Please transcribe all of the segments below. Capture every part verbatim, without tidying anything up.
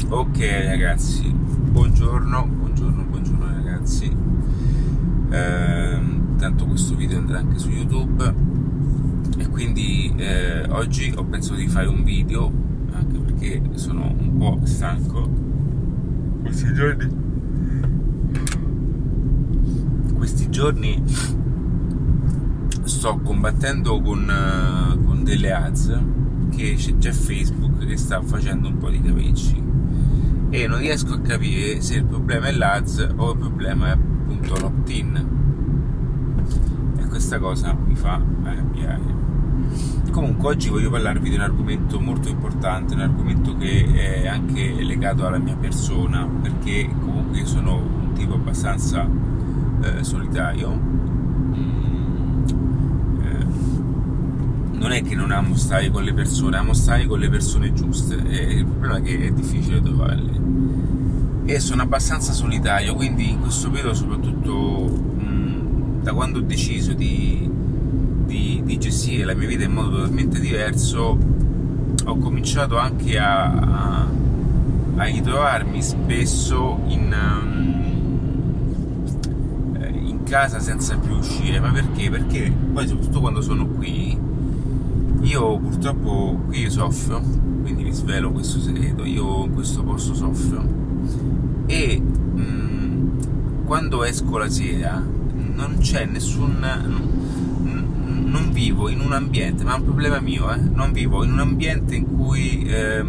Ok ragazzi, buongiorno, buongiorno, buongiorno ragazzi. Ehm, tanto questo video andrà anche su YouTube e quindi eh, oggi ho pensato di fare un video, anche perché sono un po' stanco. Questi giorni, questi giorni sto combattendo con, con delle ads che c'è già Facebook che sta facendo un po' di capricci e non riesco a capire se il problema è l'Ads o il problema è appunto l'opt-in, e questa cosa mi fa arrabbiare. Comunque oggi voglio parlarvi di un argomento molto importante, un argomento che è anche legato alla mia persona, perché comunque io sono un tipo abbastanza eh, solitario. Non è che non amo stare con le persone, amo stare con le persone giuste, e il problema è che è difficile trovarle e sono abbastanza solitario, quindi in questo periodo, soprattutto mh, da quando ho deciso di, di, di gestire la mia vita in modo totalmente diverso, ho cominciato anche a, a, a ritrovarmi spesso in, um, in casa senza più uscire. Ma perché? Perché poi soprattutto quando sono qui, io purtroppo qui soffro, quindi vi svelo questo segreto, io in questo posto soffro e mh, quando esco la sera non c'è nessun, non, non vivo in un ambiente, ma è un problema mio, eh, non vivo in un ambiente in cui eh,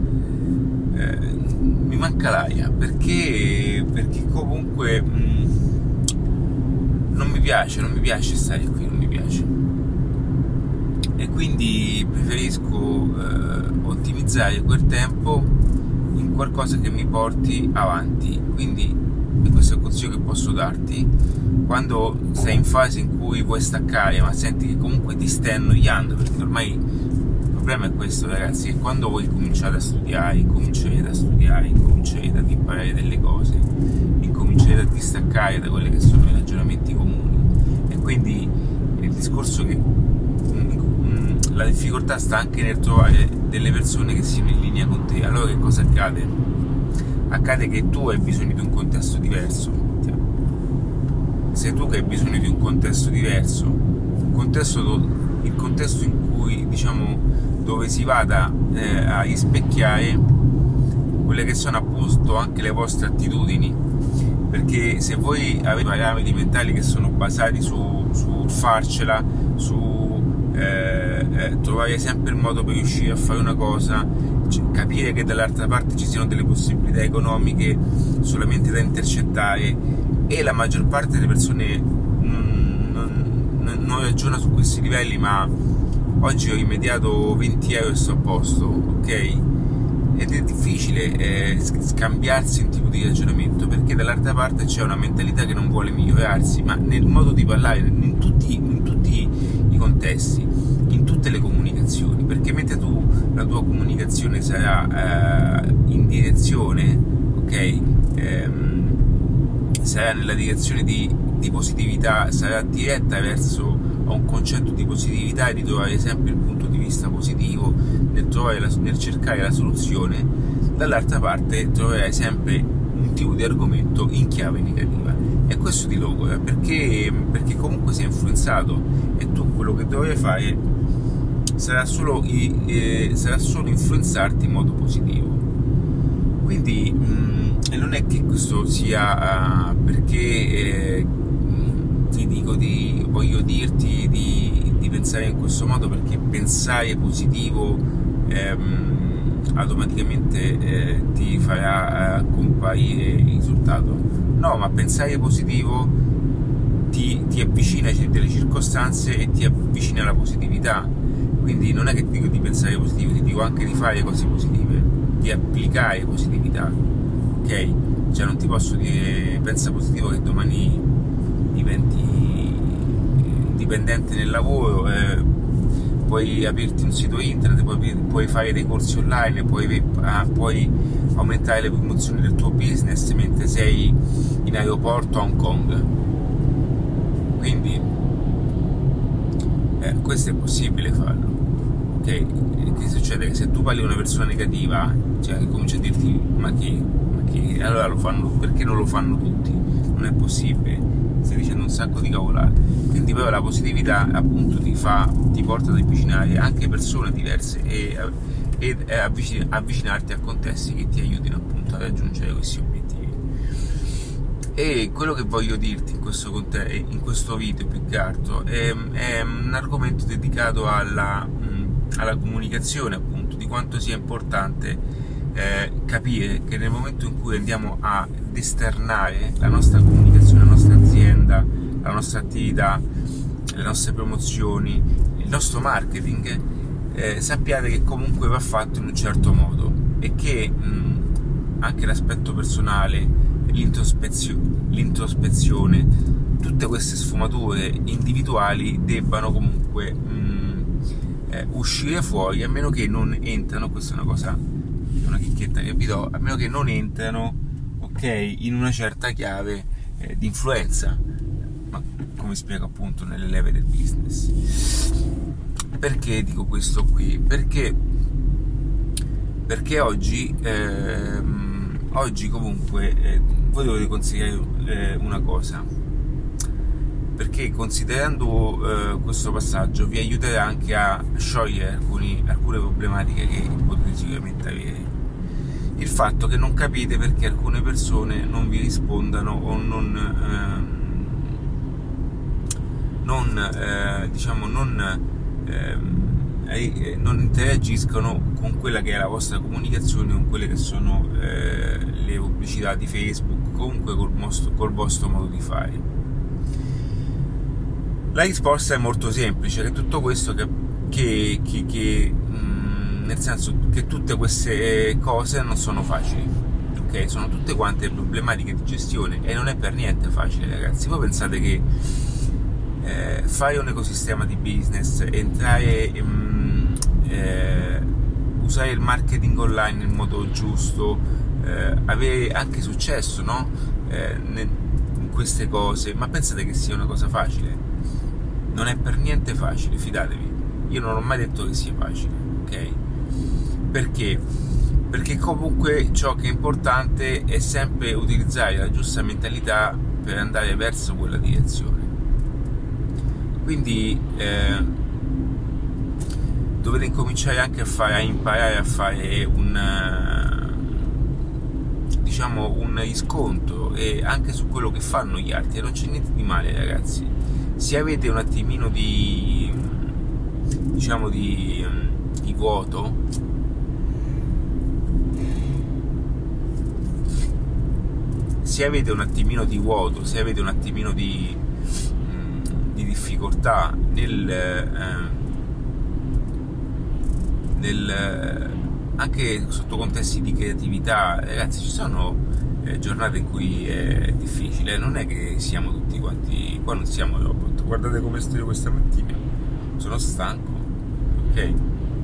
eh, mi manca l'aria, perché, perché comunque mh, non mi piace, non mi piace stare qui, non mi piace. E quindi preferisco eh, ottimizzare quel tempo in qualcosa che mi porti avanti. Quindi questo è il consiglio che posso darti quando sei in fase in cui vuoi staccare, ma senti che comunque ti stai annoiando, perché ormai il problema è questo, ragazzi, che quando voi cominciate a studiare, incomincerete a studiare, incomincerete ad imparare delle cose, incomincerete a distaccare da quelli che sono i ragionamenti comuni, e quindi il discorso che la difficoltà sta anche nel trovare delle persone che siano in linea con te. Allora che cosa accade? Accade che tu hai bisogno di un contesto diverso. Sei tu che hai bisogno di un contesto diverso, un contesto, il contesto in cui, diciamo, dove si vada eh, a rispecchiare quelle che sono appunto anche le vostre attitudini, perché se voi avete parametri mentali che sono basati su, su farcela, su Eh, eh, trovare sempre il modo per riuscire a fare una cosa, cioè, capire che dall'altra parte ci siano delle possibilità economiche solamente da intercettare, e la maggior parte delle persone non, non, non ragiona su questi livelli. Ma oggi ho rimediato venti euro e sto a posto, ok? Ed è difficile eh, scambiarsi un tipo di ragionamento, perché dall'altra parte c'è una mentalità che non vuole migliorarsi, ma nel modo di parlare, in tutti, in tutti i contesti, in tutte le comunicazioni, perché mentre tu la tua comunicazione sarà eh, in direzione, ok, ehm, sarà nella direzione di, di positività, sarà diretta verso a un concetto di positività e di trovare sempre il punto di vista positivo nel, trovare la, nel cercare la soluzione, dall'altra parte troverai sempre un tipo di argomento in chiave negativa, e questo ti logora, perché, perché comunque sei influenzato, e tu quello che dovrai fare sarà solo, eh, sarà solo influenzarti in modo positivo. Quindi mh, non è che questo sia uh, perché eh, ti dico di voglio dirti di, di pensare in questo modo, perché pensare positivo ehm, automaticamente eh, ti farà eh, comparire il risultato. No, ma pensare positivo ti, ti avvicina a delle circostanze e ti avvicina alla positività. Quindi non è che ti dico di pensare positivo, ti dico anche di fare cose positive, di applicare positività, ok? Cioè non ti posso dire pensa positivo che domani diventi dipendente nel lavoro, eh, puoi aprirti un sito internet, puoi, puoi fare dei corsi online, puoi, ah, puoi aumentare le promozioni del tuo business mentre sei in aeroporto a Hong Kong. Quindi eh, questo è possibile farlo, ok? Che succede? Che se tu parli di una persona negativa, cioè comincia a dirti ma che, ma che, allora lo fanno, perché non lo fanno tutti? Non è possibile, stai dicendo un sacco di cavolate. Quindi poi la positività appunto ti fa, ti porta ad avvicinare anche persone diverse e, e, e avvicin- avvicinarti a contesti che ti aiutino appunto a raggiungere questi obiettivi. E quello che voglio dirti in questo, conte- in questo video più che altro è, è un argomento dedicato alla, mh, alla comunicazione, appunto, di quanto sia importante eh, capire che nel momento in cui andiamo ad esternare la nostra comunicazione, la nostra azienda, la nostra attività, le nostre promozioni, il nostro marketing, eh, sappiate che comunque va fatto in un certo modo e che mh, anche l'aspetto personale, L'introspezio- l'introspezione, tutte queste sfumature individuali debbano comunque mh, eh, uscire fuori, a meno che non entrano, questa è una cosa, una chicchetta che vi do, a meno che non entrano, ok, in una certa chiave eh, di influenza, ma come spiego appunto nelle leve del business. Perché dico questo qui? Perché perché oggi ehm, oggi comunque eh, voi dovete considerare eh, una cosa, perché considerando eh, questo passaggio vi aiuterà anche a sciogliere alcuni, alcune problematiche che potete sicuramente avere. Il fatto che non capite perché alcune persone non vi rispondano o non eh, non eh, diciamo non eh, non interagiscono con quella che è la vostra comunicazione, con quelle che sono eh, le pubblicità di Facebook, comunque col vostro, col vostro modo di fare. La risposta è molto semplice, che tutto questo che, che, che, che mh, nel senso che tutte queste cose non sono facili, ok? Sono tutte quante problematiche di gestione e non è per niente facile, ragazzi. Voi pensate che eh, fare un ecosistema di business, entrare in, Eh, usare il marketing online in modo giusto, eh, avere anche successo, no? eh, in queste cose, ma pensate che sia una cosa facile? Non è per niente facile, fidatevi. Io non ho mai detto che sia facile, ok? Perché? Perché comunque ciò che è importante è sempre utilizzare la giusta mentalità per andare verso quella direzione. Quindi eh, dovete incominciare anche a fare, a imparare a fare un diciamo un riscontro e anche su quello che fanno gli altri, e non c'è niente di male, ragazzi. Se avete un attimino di diciamo di, di vuoto, se avete un attimino di vuoto, se avete un attimino di, di difficoltà nel eh, Nel, anche sotto contesti di creatività, ragazzi, ci sono eh, giornate in cui è difficile, non è che siamo tutti quanti, qua non siamo robot. Guardate come sto io questa mattina, sono stanco, ok?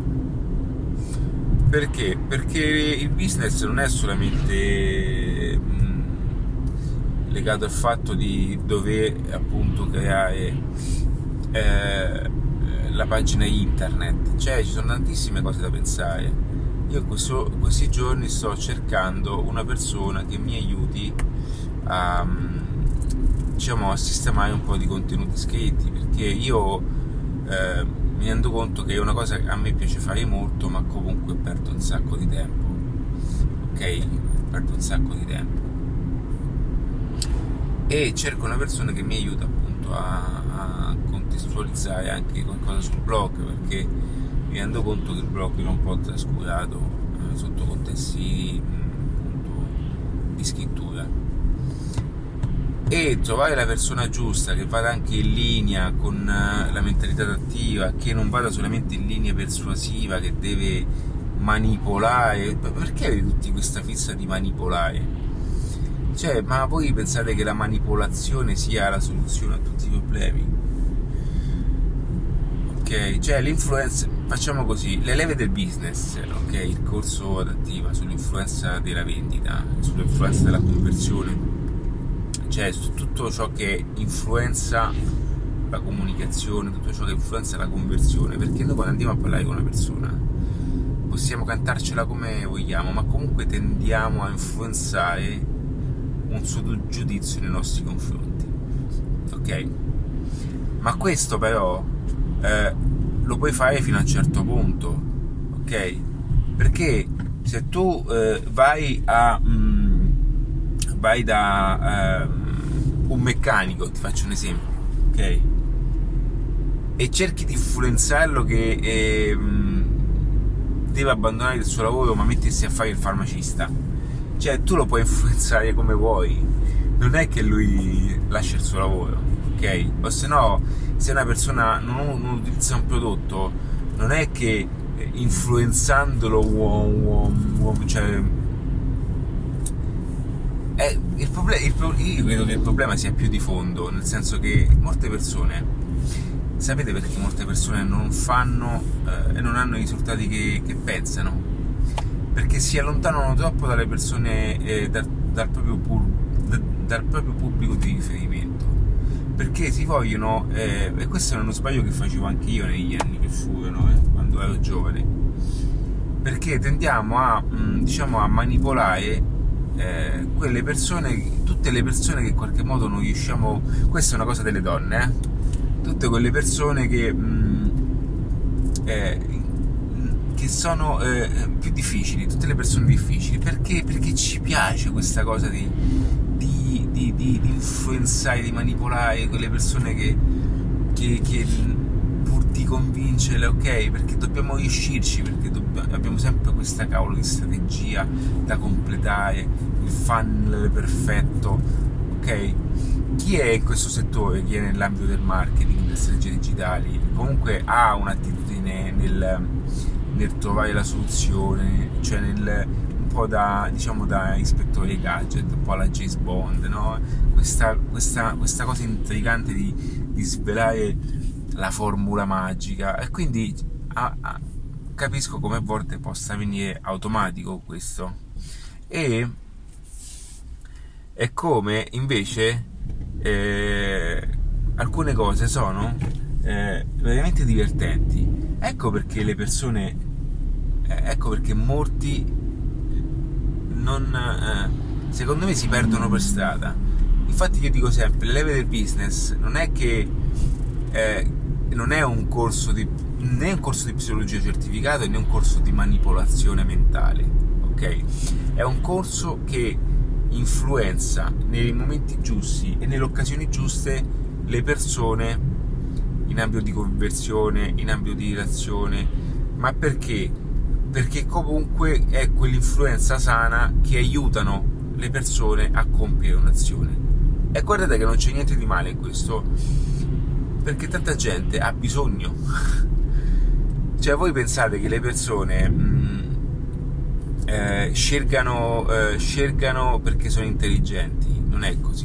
Perché? Perché il business non è solamente mh, legato al fatto di dover appunto creare eh, la pagina internet, cioè ci sono tantissime cose da pensare. Io questo, questi giorni sto cercando una persona che mi aiuti a, diciamo, a sistemare un po' di contenuti scritti, perché io eh, mi rendo conto che è una cosa che a me piace fare molto, ma comunque perdo un sacco di tempo, ok? Perdo un sacco di tempo e cerco una persona che mi aiuta appunto a, a contestualizzare anche qualcosa sul blog, perché mi rendo conto che il blog è un po' trascurato eh, sotto contesti appunto di scrittura, e trovare la persona giusta che vada anche in linea con la mentalità attiva, che non vada solamente in linea persuasiva, che deve manipolare. Perché avete tutti questa fissa di manipolare? Cioè, ma voi pensate che la manipolazione sia la soluzione a tutti i problemi? Ok, cioè l'influenza, facciamo così, le leve del business, ok, il corso adattiva sull'influenza della vendita, sull'influenza della conversione, cioè su tutto ciò che influenza la comunicazione, tutto ciò che influenza la conversione, perché noi quando andiamo a parlare con una persona possiamo cantarcela come vogliamo, ma comunque tendiamo a influenzare un suo giudizio nei nostri confronti, ok? Ma questo però eh, lo puoi fare fino a un certo punto, ok? Perché se tu eh, vai a mh, vai da eh, un meccanico, ti faccio un esempio, ok? E cerchi di influenzarlo che eh, mh, deve abbandonare il suo lavoro ma mettersi a fare il farmacista, cioè tu lo puoi influenzare come vuoi, non è che lui lascia il suo lavoro, ok? O se no, se una persona non, non utilizza un prodotto, non è che influenzandolo uom, uom, uom, cioè è, il problema, il, io credo che il problema sia più di fondo, nel senso che molte persone, sapete perché molte persone non fanno eh, e non hanno i risultati che, che pensano? Perché si allontanano troppo dalle persone, eh, dal, dal, proprio pur, da, dal proprio pubblico di riferimento, perché si vogliono, eh, e questo è uno sbaglio che facevo anche io negli anni che furono, eh, quando ero giovane, perché tendiamo a, mh, diciamo, a manipolare eh, quelle persone, tutte le persone che in qualche modo non riusciamo, questa è una cosa delle donne, eh? Tutte quelle persone che, mh, eh, che sono eh, più difficili, tutte le persone difficili, perché? Perché ci piace questa cosa di, di, di, di, di influenzare, di manipolare quelle persone che, che, che pur di convincerle, ok? Perché dobbiamo riuscirci, perché dobbiamo, abbiamo sempre questa cavolo di strategia da completare, il funnel perfetto, ok? Chi è in questo settore, chi è nell'ambito del marketing, delle strategie digitali, comunque ha un'attitudine nel, nel trovare la soluzione, cioè nel, un po' da, diciamo, da ispettore dei gadget, un po' alla James Bond, no? Questa, questa, questa cosa intrigante di, di svelare la formula magica, e quindi a, a, capisco come a volte possa venire automatico questo, e è come invece Eh, alcune cose sono eh, veramente divertenti. Ecco perché le persone, eh, ecco perché molti non, eh, secondo me, si perdono per strada. Infatti io dico sempre, le leve del business non è che eh, non è un corso di né un corso di psicologia certificato né un corso di manipolazione mentale, ok? È un corso che influenza nei momenti giusti e nelle occasioni giuste le persone in ambito di conversione, in ambito di relazione. Ma perché? Perché comunque è quell'influenza sana che aiutano le persone a compiere un'azione. E guardate che non c'è niente di male in questo, perché tanta gente ha bisogno. Cioè, voi pensate che le persone mh, Eh, scelgano, eh, scelgano perché sono intelligenti? Non è così.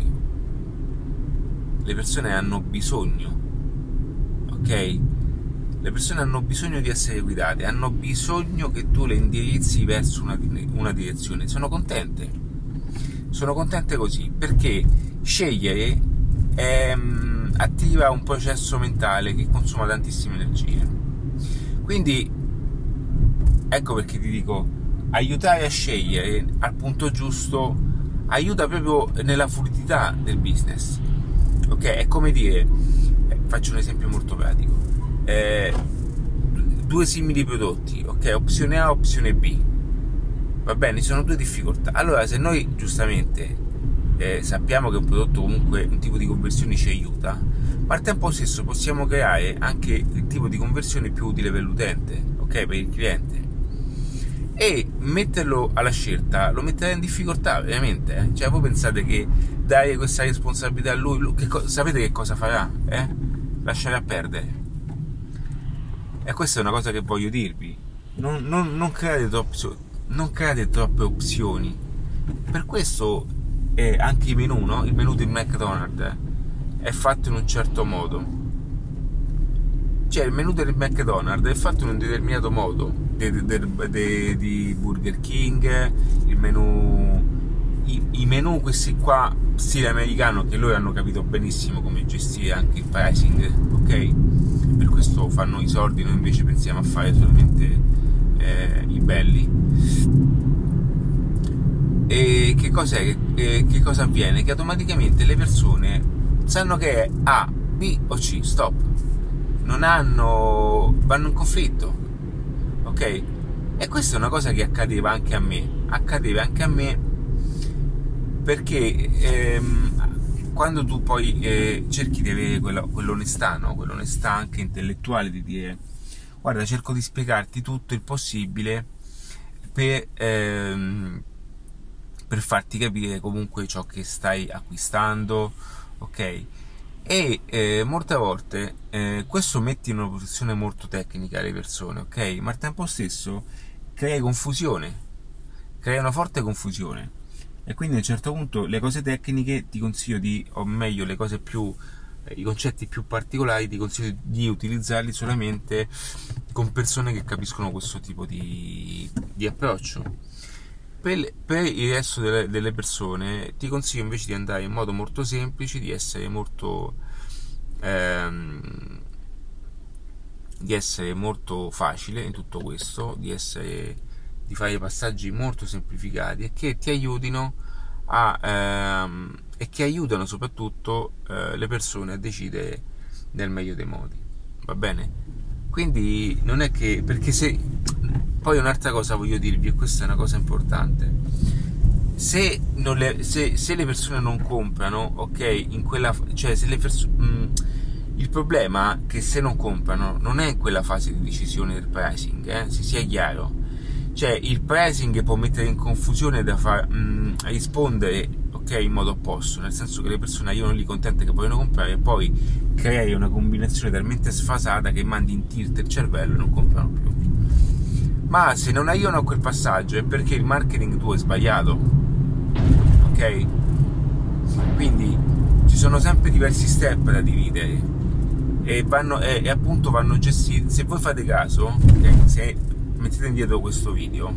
Le persone hanno bisogno, ok? Le persone hanno bisogno di essere guidate, hanno bisogno che tu le indirizzi verso una, una direzione. Sono contente, sono contente così, perché scegliere è, mh, attiva un processo mentale che consuma tantissime energie. Quindi ecco perché ti dico, aiutare a scegliere al punto giusto aiuta proprio nella fluidità del business, ok? È come dire, eh, faccio un esempio molto pratico, eh, due simili prodotti, ok? Opzione A, opzione B, va bene, ci sono due difficoltà. Allora, se noi giustamente eh, sappiamo che un prodotto, comunque un tipo di conversione ci aiuta, ma al tempo stesso possiamo creare anche il tipo di conversione più utile per l'utente, ok? Per il cliente, e metterlo alla scelta lo metterà in difficoltà veramente, eh? Cioè, voi pensate che dare questa responsabilità a lui, lui che co- sapete che cosa farà? Eh? Lascerà perdere. E questa è una cosa che voglio dirvi, non, non, non, create, troppe, non create troppe opzioni. Per questo eh, anche i menù, no? Il menù di McDonald's è fatto in un certo modo. Cioè, il menù del McDonald's è fatto in un determinato modo, di, di, di, di Burger King, il menù i, i menu questi qua stile americano, che loro hanno capito benissimo come gestire anche il pricing, ok? Per questo fanno i soldi, noi invece pensiamo a fare solamente eh, i belli. E che cos'è? Eh, che cosa avviene? Che automaticamente le persone sanno che è A, B o C, stop, non hanno, vanno in conflitto, ok? E questa è una cosa che accadeva anche a me, accadeva anche a me perché ehm, quando tu poi eh, cerchi di avere quella, quell'onestà, no? Quell'onestà anche intellettuale di dire guarda, cerco di spiegarti tutto il possibile per, ehm, per farti capire comunque ciò che stai acquistando, ok? E eh, molte volte eh, questo mette in una posizione molto tecnica le persone, ok? Ma al tempo stesso crea confusione, crea una forte confusione, e quindi a un certo punto le cose tecniche ti consiglio di, o meglio le cose più, eh, i concetti più particolari ti consiglio di utilizzarli solamente con persone che capiscono questo tipo di, di approccio. Per, per il resto delle, delle persone ti consiglio invece di andare in modo molto semplice, di essere molto ehm, di essere molto facile in tutto questo, di essere di fare passaggi molto semplificati e che ti aiutino a ehm, e che aiutano soprattutto eh, le persone a decidere nel meglio dei modi, va bene? Quindi non è che, perché se poi un'altra cosa voglio dirvi, e questa è una cosa importante, se, non le, se, se le persone non comprano, ok, in quella, cioè se le persone mh, il problema è che se non comprano non è in quella fase di decisione del pricing, eh, se sia chiaro. Cioè il pricing può mettere in confusione da far mh, rispondere, ok, in modo opposto, nel senso che le persone arrivano lì contente che vogliono comprare e poi crei una combinazione talmente sfasata che mandi in tilt il cervello e non comprano più. Ma se non arrivano a quel passaggio è perché il marketing tuo è sbagliato, ok? Quindi ci sono sempre diversi step da dividere e, vanno, e, e appunto vanno gestiti. Se voi fate caso, okay, se mettete indietro questo video,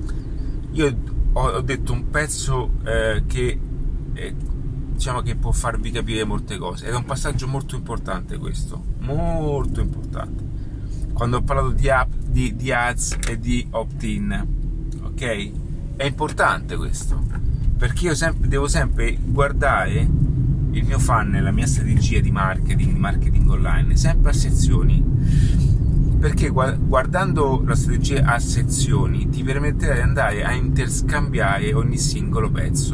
io ho, ho detto un pezzo eh, che eh, diciamo che può farvi capire molte cose, ed è un passaggio molto importante questo, molto importante, quando ho parlato di, app, di, di ads e di opt-in, ok? È importante questo, perché io sempre, devo sempre guardare il mio funnel, la mia strategia di marketing, di marketing online, sempre a sezioni, perché guardando la strategia a sezioni ti permetterà di andare a interscambiare ogni singolo pezzo,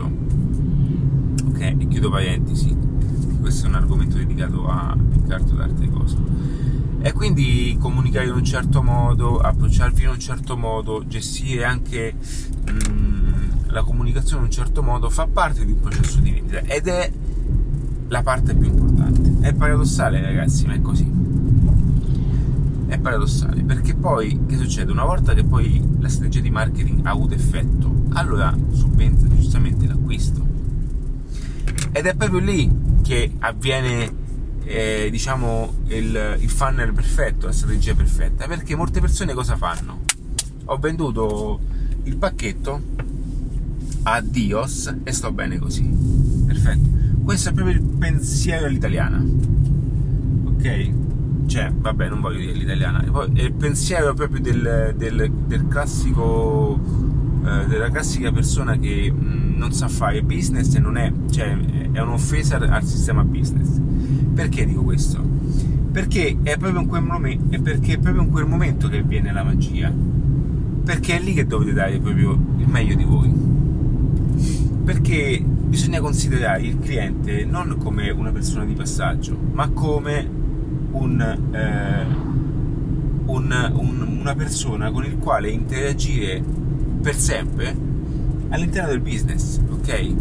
ok? E chiudo parentesi, questo è un argomento dedicato a più che altro ad altre cose, e quindi comunicare in un certo modo, approcciarvi in un certo modo, gestire anche mh, la comunicazione in un certo modo fa parte di un processo di vendita, ed è la parte più importante. È paradossale, ragazzi, ma è così. È paradossale, perché poi che succede? Una volta che poi la strategia di marketing ha avuto effetto, allora subentra giustamente l'acquisto, ed è proprio lì che avviene eh, diciamo il, il funnel perfetto, la strategia perfetta, perché molte persone cosa fanno? Ho venduto il pacchetto, addios, e sto bene così, perfetto. Questo è proprio il pensiero all'italiana, ok? Cioè, vabbè, non voglio dire l'italiana, è il pensiero proprio del, del, del classico eh, della classica persona che mh, non sa fare business, e non è, cioè, è un'offesa al sistema business. Perché dico questo? Perché è proprio in quel momento, è perché è proprio in quel momento che avviene la magia, perché è lì che dovete dare proprio il meglio di voi, perché bisogna considerare il cliente non come una persona di passaggio, ma come Un, eh, un, un, una persona con il quale interagire per sempre all'interno del business, ok?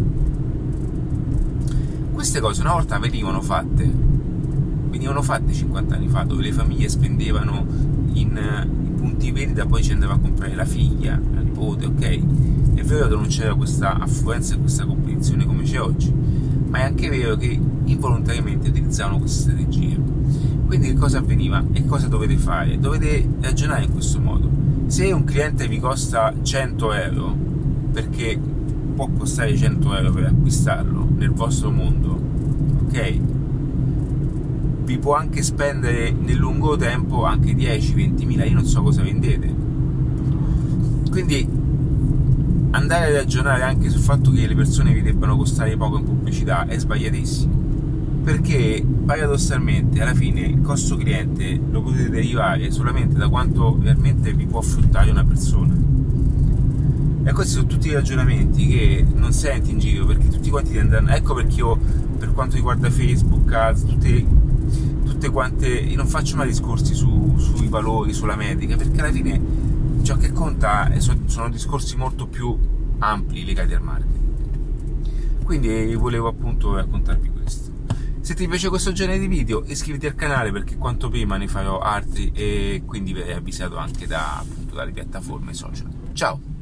Queste cose una volta venivano fatte venivano fatte cinquanta anni fa, dove le famiglie spendevano in, in punti vendita, poi ci andava a comprare la figlia, la nipote, ok? È vero che non c'era questa affluenza e questa competizione come c'è oggi, ma è anche vero che involontariamente utilizzavano queste strategie. Quindi che cosa avveniva e cosa dovete fare? Dovete ragionare in questo modo. Se un cliente vi costa cento euro perché può costare cento euro per acquistarlo nel vostro mondo, ok? Vi può anche spendere nel lungo tempo anche dieci venti mila, io non so cosa vendete. Quindi andare a ragionare anche sul fatto che le persone vi debbano costare poco in pubblicità è sbagliatissimo, perché paradossalmente alla fine il costo cliente lo potete derivare solamente da quanto realmente vi può fruttare una persona. E questi sono tutti i ragionamenti che non senti in giro, perché tutti quanti ti andranno. Ecco perché io, per quanto riguarda Facebook, Ads, tutte, tutte quante, io non faccio mai discorsi su, sui valori, sulla metrica, perché alla fine ciò che conta sono discorsi molto più ampli legati al marketing. Quindi volevo appunto raccontarvi questo. Se ti piace questo genere di video, iscriviti al canale, perché quanto prima ne farò altri e quindi verrai avvisato anche da, appunto, dalle piattaforme social. Ciao!